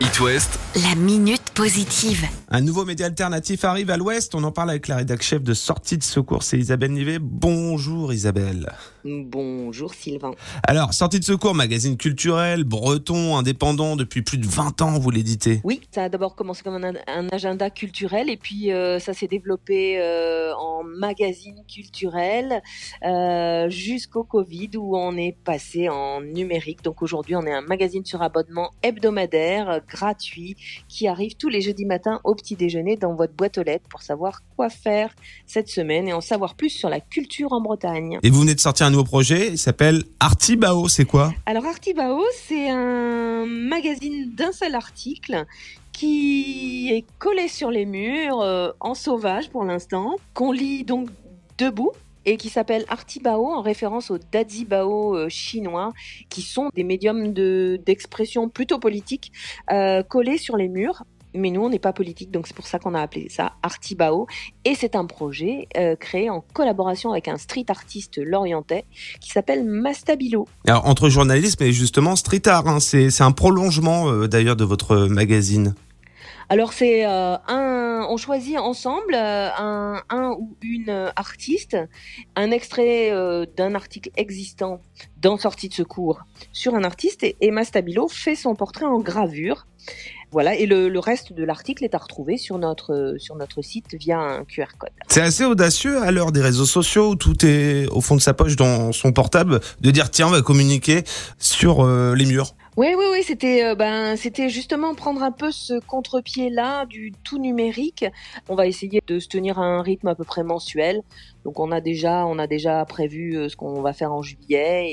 It West, La minute positive. Un nouveau média alternatif arrive à l'Ouest. On en parle avec la rédactrice chef de Sortie de Secours, c'est Isabelle Nivet. Bonjour Isabelle. Bonjour Sylvain. Alors, Sortie de Secours, magazine culturel, breton, indépendant, depuis plus de 20 ans, vous l'éditez. Oui, ça a d'abord commencé comme un agenda culturel et puis ça s'est développé en magazine culturel jusqu'au Covid où on est passé en numérique. Donc aujourd'hui, on est un magazine sur abonnement hebdomadaire, gratuit, qui arrive tous les jeudis matins au petit déjeuner dans votre boîte aux lettres pour savoir quoi faire cette semaine et en savoir plus sur la culture en Bretagne. Et vous venez de sortir un nouveau projet, il s'appelle Artibao, c'est quoi ? Alors Artibao, c'est un magazine d'un seul article qui est collé sur les murs en sauvage pour l'instant, qu'on lit donc debout et qui s'appelle Artibao en référence aux Dazibao chinois qui sont des médiums d'expression plutôt politique collés sur les murs. Mais nous, on n'est pas politique, donc c'est pour ça qu'on a appelé ça Artibao. Et c'est un projet créé en collaboration avec un street artiste lorientais qui s'appelle Mastabilo. Alors, entre journalisme et justement street art, c'est un prolongement d'ailleurs de votre magazine. Alors c'est on choisit ensemble un ou une artiste, un extrait d'un article existant dans Sortie de Secours sur un artiste et Mastabilo fait son portrait en gravure. Voilà, et le reste de l'article est à retrouver sur notre site via un QR code. C'est assez audacieux à l'heure des réseaux sociaux où tout est au fond de sa poche dans son portable de dire tiens, on va communiquer sur les murs. Oui, c'était justement prendre un peu ce contre-pied-là du tout numérique. On va essayer de se tenir à un rythme à peu près mensuel. Donc on a déjà prévu ce qu'on va faire en juillet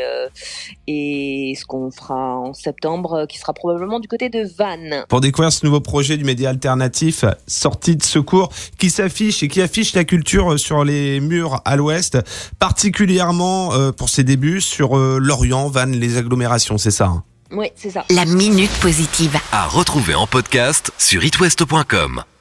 et ce qu'on fera en septembre, qui sera probablement du côté de Vannes. Pour découvrir ce nouveau projet du média alternatif Sortie de Secours qui s'affiche et qui affiche la culture sur les murs à l'Ouest, particulièrement pour ses débuts sur Lorient, Vannes, les agglomérations, c'est ça ? Oui, c'est ça. La minute positive. à retrouver en podcast sur itwest.com.